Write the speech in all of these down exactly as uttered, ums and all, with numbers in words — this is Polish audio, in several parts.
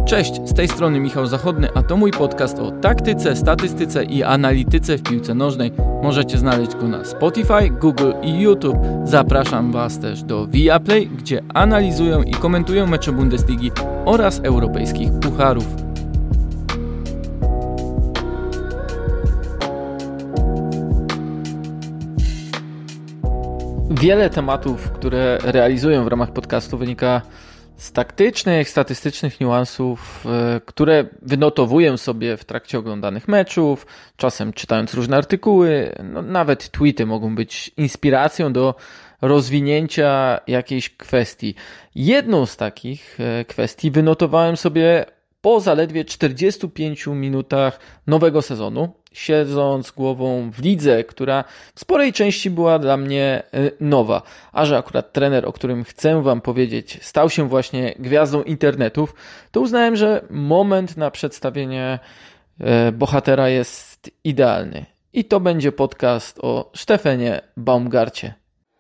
Cześć, z tej strony Michał Zachodny, a to mój podcast o taktyce, statystyce i analityce w piłce nożnej. Możecie znaleźć go na Spotify, Google i YouTube. Zapraszam Was też do Viaplay, gdzie analizują i komentują mecze Bundesligi oraz europejskich pucharów. Wiele tematów, które realizuję w ramach podcastu, wynika z taktycznych, statystycznych niuansów, które wynotowuję sobie w trakcie oglądanych meczów, czasem czytając różne artykuły, no nawet tweety mogą być inspiracją do rozwinięcia jakiejś kwestii. Jedną z takich kwestii wynotowałem sobie po zaledwie czterdziestu pięciu minutach nowego sezonu, siedząc głową w lidze, która w sporej części była dla mnie nowa. A że akurat trener, o którym chcę Wam powiedzieć, stał się właśnie gwiazdą internetów, to uznałem, że moment na przedstawienie bohatera jest idealny. I to będzie podcast o Stefanie Baumgarcie.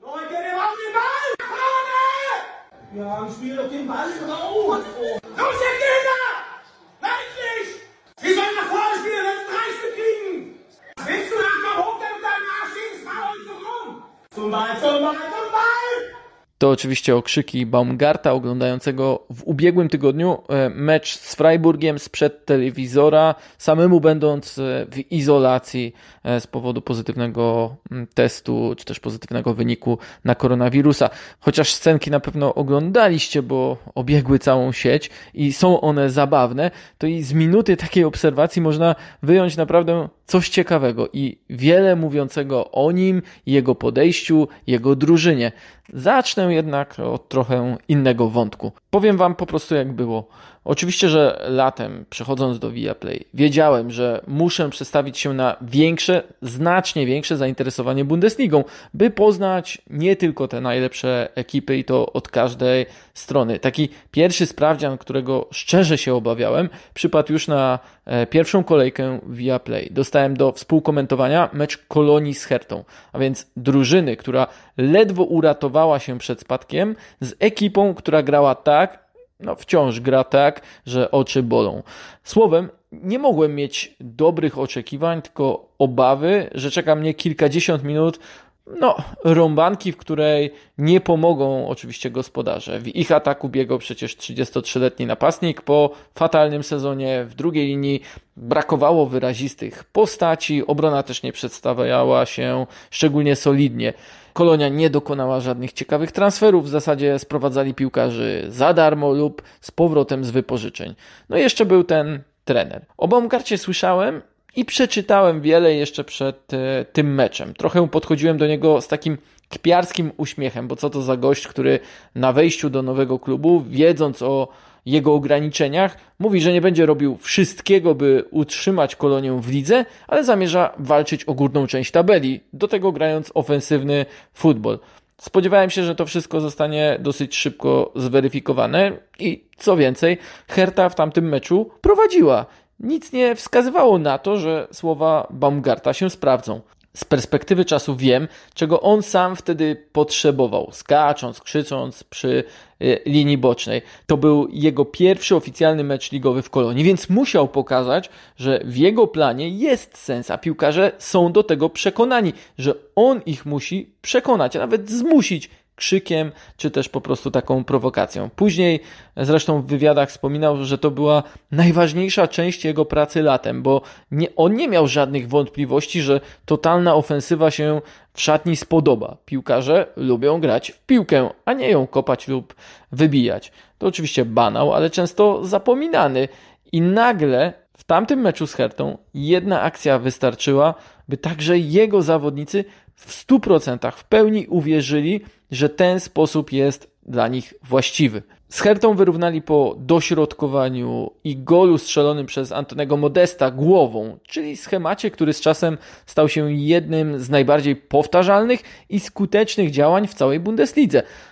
Ja, spiel doch den Ball raus! Los, der Gegner! Endlich! Sie sollen nach vorne spielen, wenn sie drei Stück kriegen! Willst du nach komm hoch, damit dein Arsch links faul und so rum! Zum Ball, zum Ball, zum Ball! To oczywiście okrzyki Baumgarta, oglądającego w ubiegłym tygodniu mecz z Freiburgiem sprzed telewizora, samemu będąc w izolacji z powodu pozytywnego testu, czy też pozytywnego wyniku na koronawirusa. Chociaż scenki na pewno oglądaliście, bo obiegły całą sieć i są one zabawne, to i z minuty takiej obserwacji można wyjąć naprawdę coś ciekawego i wiele mówiącego o nim, jego podejściu, jego drużynie. Zacznę jednak od trochę innego wątku. Powiem Wam po prostu jak było. Oczywiście, że latem, przechodząc do Viaplay, wiedziałem, że muszę przestawić się na większe, znacznie większe zainteresowanie Bundesligą, by poznać nie tylko te najlepsze ekipy i to od każdej strony. Taki pierwszy sprawdzian, którego szczerze się obawiałem, przypadł już na e, pierwszą kolejkę Viaplay. Dostałem do współkomentowania mecz Kolonii z Hertą, a więc drużyny, która ledwo uratowała się przed spadkiem, z ekipą, która grała tak, no wciąż gra tak, że oczy bolą. Słowem, nie mogłem mieć dobrych oczekiwań, tylko obawy, że czeka mnie kilkadziesiąt minut no, rąbanki, w której nie pomogą oczywiście gospodarze. W ich ataku biegał przecież trzydziestotrzyletni napastnik. Po fatalnym sezonie w drugiej linii brakowało wyrazistych postaci. Obrona też nie przedstawiała się szczególnie solidnie. Kolonia nie dokonała żadnych ciekawych transferów. W zasadzie sprowadzali piłkarzy za darmo lub z powrotem z wypożyczeń. No i jeszcze był ten trener. O Baumgarcie słyszałem i przeczytałem wiele jeszcze przed e, tym meczem. Trochę podchodziłem do niego z takim kpiarskim uśmiechem, bo co to za gość, który na wejściu do nowego klubu, wiedząc o jego ograniczeniach, mówi, że nie będzie robił wszystkiego, by utrzymać Kolonię w lidze, ale zamierza walczyć o górną część tabeli, do tego grając ofensywny futbol. Spodziewałem się, że to wszystko zostanie dosyć szybko zweryfikowane i co więcej, Hertha w tamtym meczu prowadziła. Nic nie wskazywało na to, że słowa Baumgarta się sprawdzą. Z perspektywy czasu wiem, czego on sam wtedy potrzebował, skacząc, krzycząc przy y, linii bocznej. To był jego pierwszy oficjalny mecz ligowy w Kolonii, więc musiał pokazać, że w jego planie jest sens, a piłkarze są do tego przekonani, że on ich musi przekonać, a nawet zmusić krzykiem, czy też po prostu taką prowokacją. Później zresztą w wywiadach wspominał, że to była najważniejsza część jego pracy latem, bo nie, on nie miał żadnych wątpliwości, że totalna ofensywa się w szatni spodoba. Piłkarze lubią grać w piłkę, a nie ją kopać lub wybijać. To oczywiście banał, ale często zapominany. I nagle w tamtym meczu z Hertą jedna akcja wystarczyła, by także jego zawodnicy w stu procentach w pełni uwierzyli, że ten sposób jest dla nich właściwy. Z Hertą wyrównali po dośrodkowaniu i golu strzelonym przez Antonego Modesta głową, czyli schemacie, który z czasem stał się jednym z najbardziej powtarzalnych i skutecznych działań w całej Bundeslidze.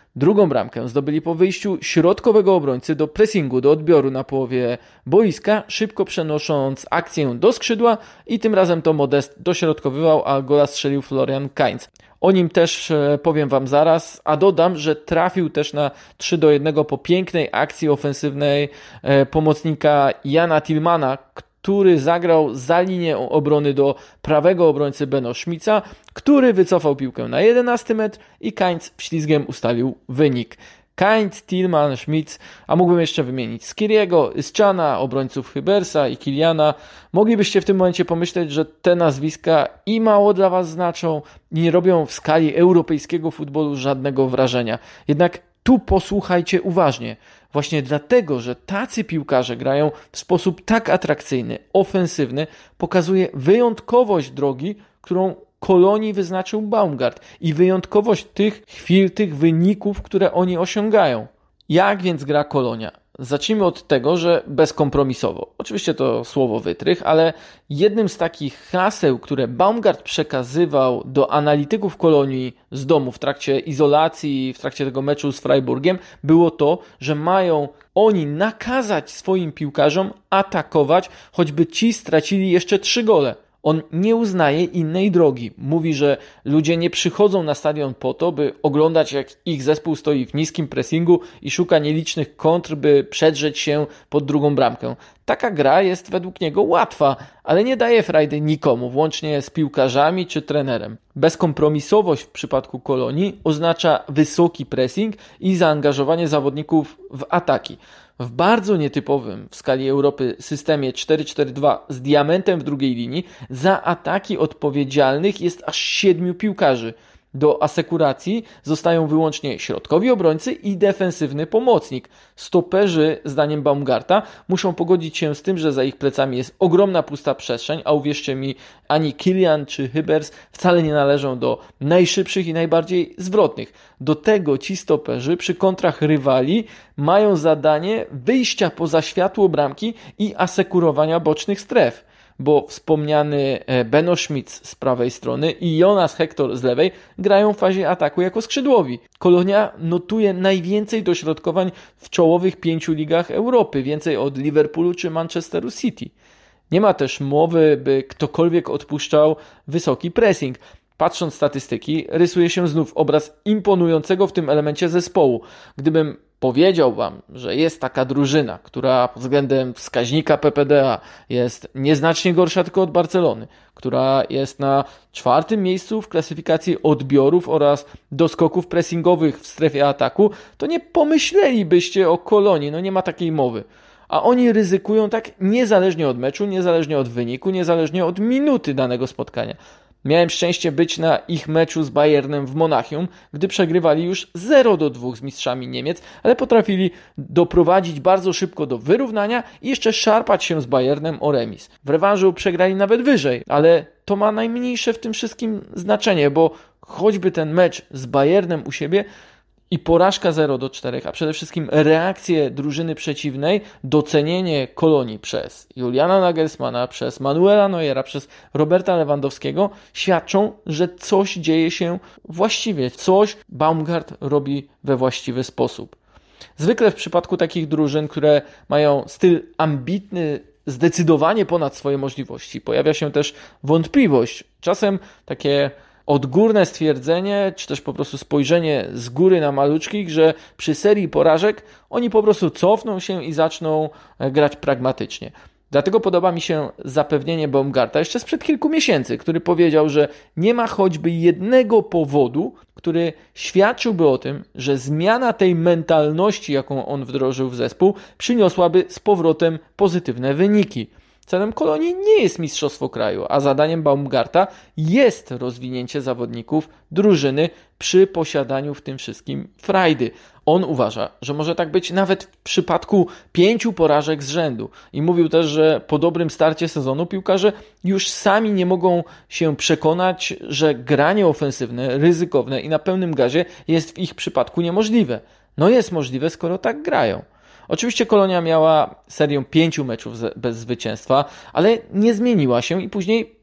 Drugą bramkę zdobyli po wyjściu środkowego obrońcy do pressingu, do odbioru na połowie boiska, szybko przenosząc akcję do skrzydła i tym razem to Modest dośrodkowywał, a gola strzelił Florian Kainz. O nim też powiem wam zaraz, a dodam, że trafił też na trzy do jednego po pięknej akcji ofensywnej pomocnika Jana Tillmana, który zagrał za linię obrony do prawego obrońcy Beno Schmitza, który wycofał piłkę na jedenasty metr i Kainz ślizgiem ustalił wynik. Kainz, Tillman, Schmitz, a mógłbym jeszcze wymienić Skiriego, Ischana, obrońców Hybersa i Kiliana. Moglibyście w tym momencie pomyśleć, że te nazwiska i mało dla was znaczą i nie robią w skali europejskiego futbolu żadnego wrażenia. Jednak tu posłuchajcie uważnie. Właśnie dlatego, że tacy piłkarze grają w sposób tak atrakcyjny, ofensywny, pokazuje wyjątkowość drogi, którą Kolonii wyznaczył Baumgart i wyjątkowość tych chwil, tych wyników, które oni osiągają. Jak więc gra Kolonia? Zacznijmy od tego, że bezkompromisowo. Oczywiście to słowo wytrych, ale jednym z takich haseł, które Baumgart przekazywał do analityków Kolonii z domu w trakcie izolacji, w trakcie tego meczu z Freiburgiem, było to, że mają oni nakazać swoim piłkarzom atakować, choćby ci stracili jeszcze trzy gole. On nie uznaje innej drogi. Mówi, że ludzie nie przychodzą na stadion po to, by oglądać, jak ich zespół stoi w niskim pressingu i szuka nielicznych kontr, by przedrzeć się pod drugą bramkę. Taka gra jest według niego łatwa, ale nie daje frajdy nikomu, włącznie z piłkarzami czy trenerem. Bezkompromisowość w przypadku Kolonii oznacza wysoki pressing i zaangażowanie zawodników w ataki. W bardzo nietypowym w skali Europy systemie cztery cztery dwa z diamentem w drugiej linii za ataki odpowiedzialnych jest aż siedmiu piłkarzy. Do asekuracji zostają wyłącznie środkowi obrońcy i defensywny pomocnik. Stoperzy, zdaniem Baumgarta, muszą pogodzić się z tym, że za ich plecami jest ogromna pusta przestrzeń, a uwierzcie mi, ani Kilian czy Hybers wcale nie należą do najszybszych i najbardziej zwrotnych. Do tego ci stoperzy przy kontrach rywali mają zadanie wyjścia poza światło bramki i asekurowania bocznych stref, bo wspomniany Beno Schmitz z prawej strony i Jonas Hector z lewej grają w fazie ataku jako skrzydłowi. Kolonia notuje najwięcej dośrodkowań w czołowych pięciu ligach Europy, więcej od Liverpoolu czy Manchesteru City. Nie ma też mowy, by ktokolwiek odpuszczał wysoki pressing. Patrząc statystyki, rysuje się znów obraz imponującego w tym elemencie zespołu. Gdybym powiedział wam, że jest taka drużyna, która pod względem wskaźnika P P D A jest nieznacznie gorsza tylko od Barcelony, która jest na czwartym miejscu w klasyfikacji odbiorów oraz doskoków pressingowych w strefie ataku, to nie pomyślelibyście o Kolonii, no nie ma takiej mowy. A oni ryzykują tak niezależnie od meczu, niezależnie od wyniku, niezależnie od minuty danego spotkania. Miałem szczęście być na ich meczu z Bayernem w Monachium, gdy przegrywali już zero do dwóch z mistrzami Niemiec, ale potrafili doprowadzić bardzo szybko do wyrównania i jeszcze szarpać się z Bayernem o remis. W rewanżu przegrali nawet wyżej, ale to ma najmniejsze w tym wszystkim znaczenie, bo choćby ten mecz z Bayernem u siebie i porażka zero do czterech, a przede wszystkim reakcje drużyny przeciwnej, docenienie Kolonii przez Juliana Nagelsmana, przez Manuela Neuera, przez Roberta Lewandowskiego świadczą, że coś dzieje się właściwie, coś Baumgart robi we właściwy sposób. Zwykle w przypadku takich drużyn, które mają styl ambitny, zdecydowanie ponad swoje możliwości, pojawia się też wątpliwość, czasem takie odgórne stwierdzenie, czy też po prostu spojrzenie z góry na maluczkich, że przy serii porażek oni po prostu cofną się i zaczną grać pragmatycznie. Dlatego podoba mi się zapewnienie Baumgarta jeszcze sprzed kilku miesięcy, który powiedział, że nie ma choćby jednego powodu, który świadczyłby o tym, że zmiana tej mentalności, jaką on wdrożył w zespół, przyniosłaby z powrotem pozytywne wyniki. Celem Kolonii nie jest mistrzostwo kraju, a zadaniem Baumgarta jest rozwinięcie zawodników drużyny przy posiadaniu w tym wszystkim frajdy. On uważa, że może tak być nawet w przypadku pięciu porażek z rzędu. I mówił też, że po dobrym starcie sezonu piłkarze już sami nie mogą się przekonać, że granie ofensywne, ryzykowne i na pełnym gazie jest w ich przypadku niemożliwe. No jest możliwe, skoro tak grają. Oczywiście Kolonia miała serię pięciu meczów bez zwycięstwa, ale nie zmieniła się i później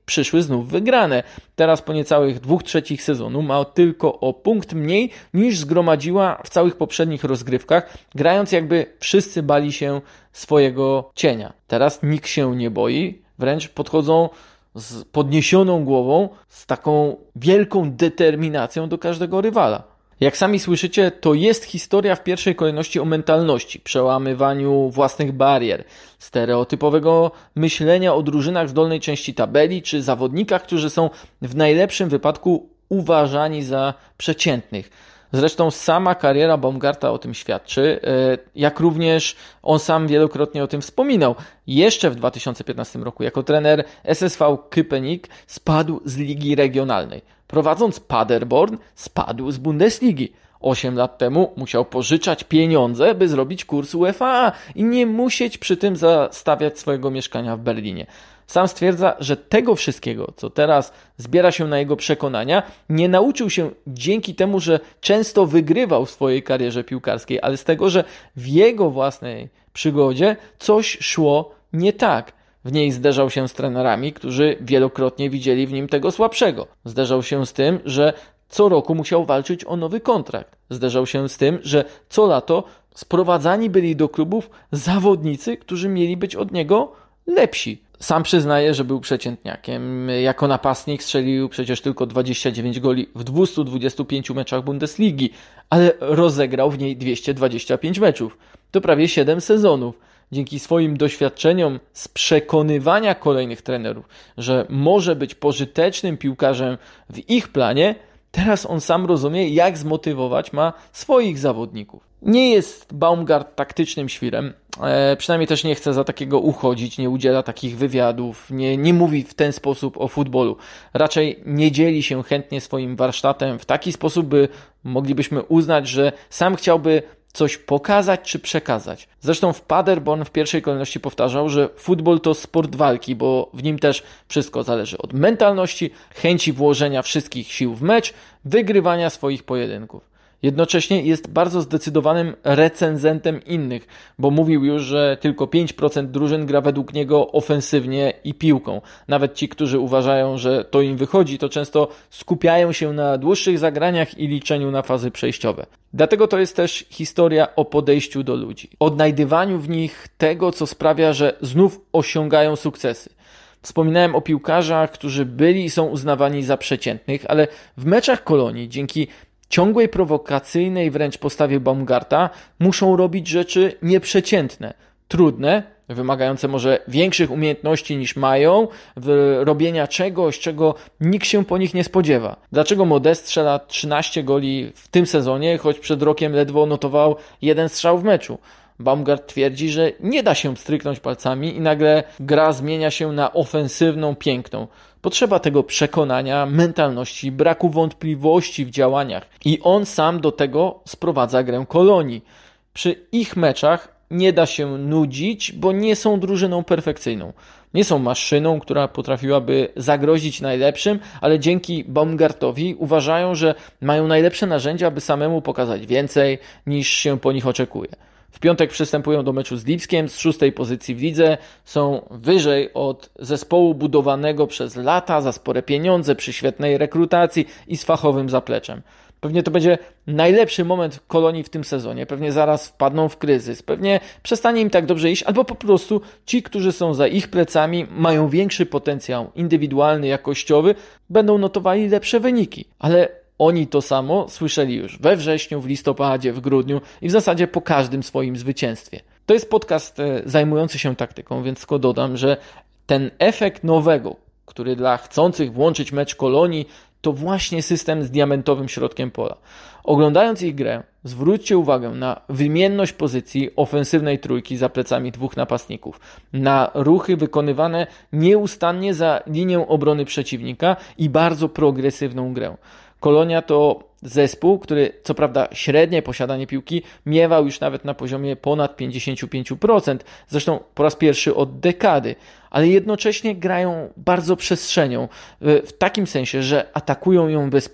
przyszły znów wygrane. Teraz po niecałych dwóch trzecich sezonu ma tylko o punkt mniej niż zgromadziła w całych poprzednich rozgrywkach, grając jakby wszyscy bali się swojego cienia. Teraz nikt się nie boi, wręcz podchodzą z podniesioną głową, z taką wielką determinacją do każdego rywala. Jak sami słyszycie, to jest historia w pierwszej kolejności o mentalności, przełamywaniu własnych barier, stereotypowego myślenia o drużynach z dolnej części tabeli czy zawodnikach, którzy są w najlepszym wypadku uważani za przeciętnych. Zresztą sama kariera Baumgarta o tym świadczy, jak również on sam wielokrotnie o tym wspominał. Jeszcze w dwa tysiące piętnastym roku jako trener S S V Köpenick spadł z ligi regionalnej. Prowadząc Paderborn spadł z Bundesligi. Osiem lat temu musiał pożyczać pieniądze, by zrobić kurs U E F A i nie musieć przy tym zastawiać swojego mieszkania w Berlinie. Sam stwierdza, że tego wszystkiego, co teraz zbiera się na jego przekonania, nie nauczył się dzięki temu, że często wygrywał w swojej karierze piłkarskiej, ale z tego, że w jego własnej przygodzie coś szło nie tak. W niej zderzał się z trenerami, którzy wielokrotnie widzieli w nim tego słabszego. Zderzał się z tym, że co roku musiał walczyć o nowy kontrakt. Zderzał się z tym, że co lato sprowadzani byli do klubów zawodnicy, którzy mieli być od niego lepsi. Sam przyznaje, że był przeciętniakiem. Jako napastnik strzelił przecież tylko dwadzieścia dziewięć goli w dwustu dwudziestu pięciu meczach Bundesligi, ale rozegrał w niej dwieście dwadzieścia pięć meczów. To prawie siedem sezonów. Dzięki swoim doświadczeniom z przekonywania kolejnych trenerów, że może być pożytecznym piłkarzem w ich planie, teraz on sam rozumie, jak zmotywować ma swoich zawodników. Nie jest Baumgart taktycznym świrem, e, przynajmniej też nie chce za takiego uchodzić, nie udziela takich wywiadów, nie, nie mówi w ten sposób o futbolu. Raczej nie dzieli się chętnie swoim warsztatem w taki sposób, by moglibyśmy uznać, że sam chciałby coś pokazać czy przekazać. Zresztą w Paderborn w pierwszej kolejności powtarzał, że futbol to sport walki, bo w nim też wszystko zależy od mentalności, chęci włożenia wszystkich sił w mecz, wygrywania swoich pojedynków. Jednocześnie jest bardzo zdecydowanym recenzentem innych, bo mówił już, że tylko pięć procent drużyn gra według niego ofensywnie i piłką. Nawet ci, którzy uważają, że to im wychodzi, to często skupiają się na dłuższych zagraniach i liczeniu na fazy przejściowe. Dlatego to jest też historia o podejściu do ludzi, odnajdywaniu w nich tego, co sprawia, że znów osiągają sukcesy. Wspominałem o piłkarzach, którzy byli i są uznawani za przeciętnych, ale w meczach Kolonii dzięki ciągłej prowokacyjnej wręcz postawie Baumgarta muszą robić rzeczy nieprzeciętne, trudne, wymagające może większych umiejętności niż mają, w robienia czegoś, czego nikt się po nich nie spodziewa. Dlaczego Modest strzela trzynaście goli w tym sezonie, choć przed rokiem ledwo notował jeden strzał w meczu? Baumgart twierdzi, że nie da się stryknąć palcami i nagle gra zmienia się na ofensywną, piękną. Potrzeba tego przekonania, mentalności, braku wątpliwości w działaniach. I on sam do tego sprowadza grę Kolonii. Przy ich meczach nie da się nudzić, bo nie są drużyną perfekcyjną. Nie są maszyną, która potrafiłaby zagrozić najlepszym, ale dzięki Baumgartowi uważają, że mają najlepsze narzędzia, aby samemu pokazać więcej niż się po nich oczekuje. W piątek przystępują do meczu z Lipskiem z szóstej pozycji w lidze. Są wyżej od zespołu budowanego przez lata za spore pieniądze, przy świetnej rekrutacji i z fachowym zapleczem. Pewnie to będzie najlepszy moment Kolonii w tym sezonie. Pewnie zaraz wpadną w kryzys. Pewnie przestanie im tak dobrze iść, albo po prostu ci, którzy są za ich plecami, mają większy potencjał indywidualny, jakościowy, będą notowali lepsze wyniki. Ale oni to samo słyszeli już we wrześniu, w listopadzie, w grudniu i w zasadzie po każdym swoim zwycięstwie. To jest podcast zajmujący się taktyką, więc tylko dodam, że ten efekt nowego, który dla chcących włączyć mecz Kolonii, to właśnie system z diamentowym środkiem pola. Oglądając ich grę, zwróćcie uwagę na wymienność pozycji ofensywnej trójki za plecami dwóch napastników, na ruchy wykonywane nieustannie za linię obrony przeciwnika i bardzo progresywną grę. Kolonia to zespół, który co prawda średnie posiadanie piłki miewał już nawet na poziomie ponad pięćdziesiąt pięć procent, zresztą po raz pierwszy od dekady, ale jednocześnie grają bardzo przestrzenią, w takim sensie, że atakują ją bez piłki.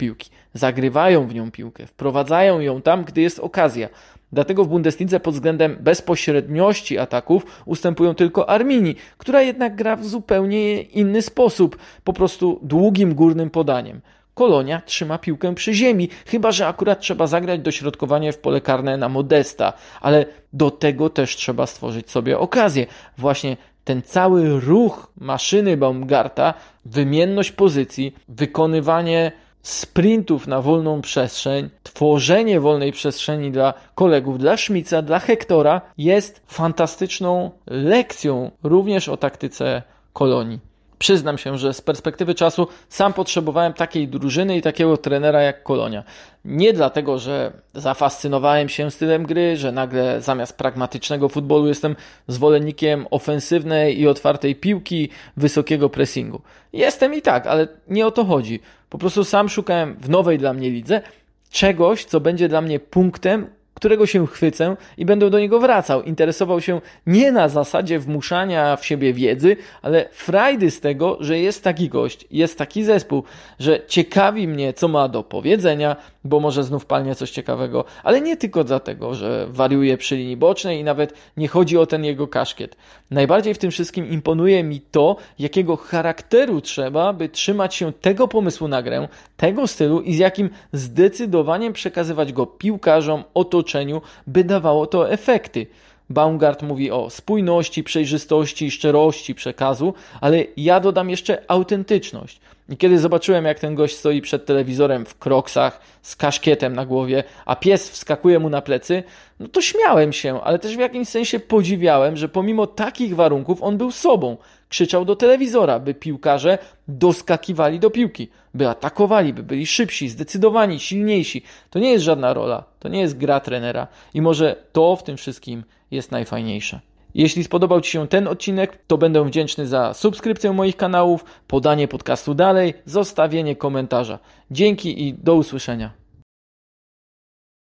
zagrywają w nią piłkę, wprowadzają ją tam, gdy jest okazja. Dlatego w Bundeslidze pod względem bezpośredniości ataków ustępują tylko Arminii, która jednak gra w zupełnie inny sposób, po prostu długim górnym podaniem. Kolonia trzyma piłkę przy ziemi, chyba że akurat trzeba zagrać dośrodkowanie w pole karne na Modesta, ale do tego też trzeba stworzyć sobie okazję. Właśnie ten cały ruch maszyny Baumgarta, wymienność pozycji, wykonywanie sprintów na wolną przestrzeń, tworzenie wolnej przestrzeni dla kolegów, dla Schmitza, dla Hektora jest fantastyczną lekcją również o taktyce Kolonii. Przyznam się, że z perspektywy czasu sam potrzebowałem takiej drużyny i takiego trenera jak Kolonia. Nie dlatego, że zafascynowałem się stylem gry, że nagle zamiast pragmatycznego futbolu jestem zwolennikiem ofensywnej i otwartej piłki, wysokiego pressingu. Jestem i tak, ale nie o to chodzi. Po prostu sam szukałem w nowej dla mnie lidze czegoś, co będzie dla mnie punktem, którego się chwycę i będę do niego wracał. Interesował się nie na zasadzie wmuszania w siebie wiedzy, ale frajdy z tego, że jest taki gość, jest taki zespół, że ciekawi mnie, co ma do powiedzenia, bo może znów palnie coś ciekawego, ale nie tylko dlatego, że wariuje przy linii bocznej i nawet nie chodzi o ten jego kaszkiet. Najbardziej w tym wszystkim imponuje mi to, jakiego charakteru trzeba, by trzymać się tego pomysłu na grę, tego stylu i z jakim zdecydowaniem przekazywać go piłkarzom, otoczeniu, by dawało to efekty. Baumgart mówi o spójności, przejrzystości i szczerości przekazu, ale ja dodam jeszcze autentyczność. I kiedy zobaczyłem, jak ten gość stoi przed telewizorem w kroksach, z kaszkietem na głowie, a pies wskakuje mu na plecy, no to śmiałem się, ale też w jakimś sensie podziwiałem, że pomimo takich warunków on był sobą. Krzyczał do telewizora, by piłkarze doskakiwali do piłki, by atakowali, by byli szybsi, zdecydowani, silniejsi. To nie jest żadna rola, to nie jest gra trenera i może to w tym wszystkim jest najfajniejsze. Jeśli spodobał Ci się ten odcinek, to będę wdzięczny za subskrypcję moich kanałów, podanie podcastu dalej, zostawienie komentarza. Dzięki i do usłyszenia.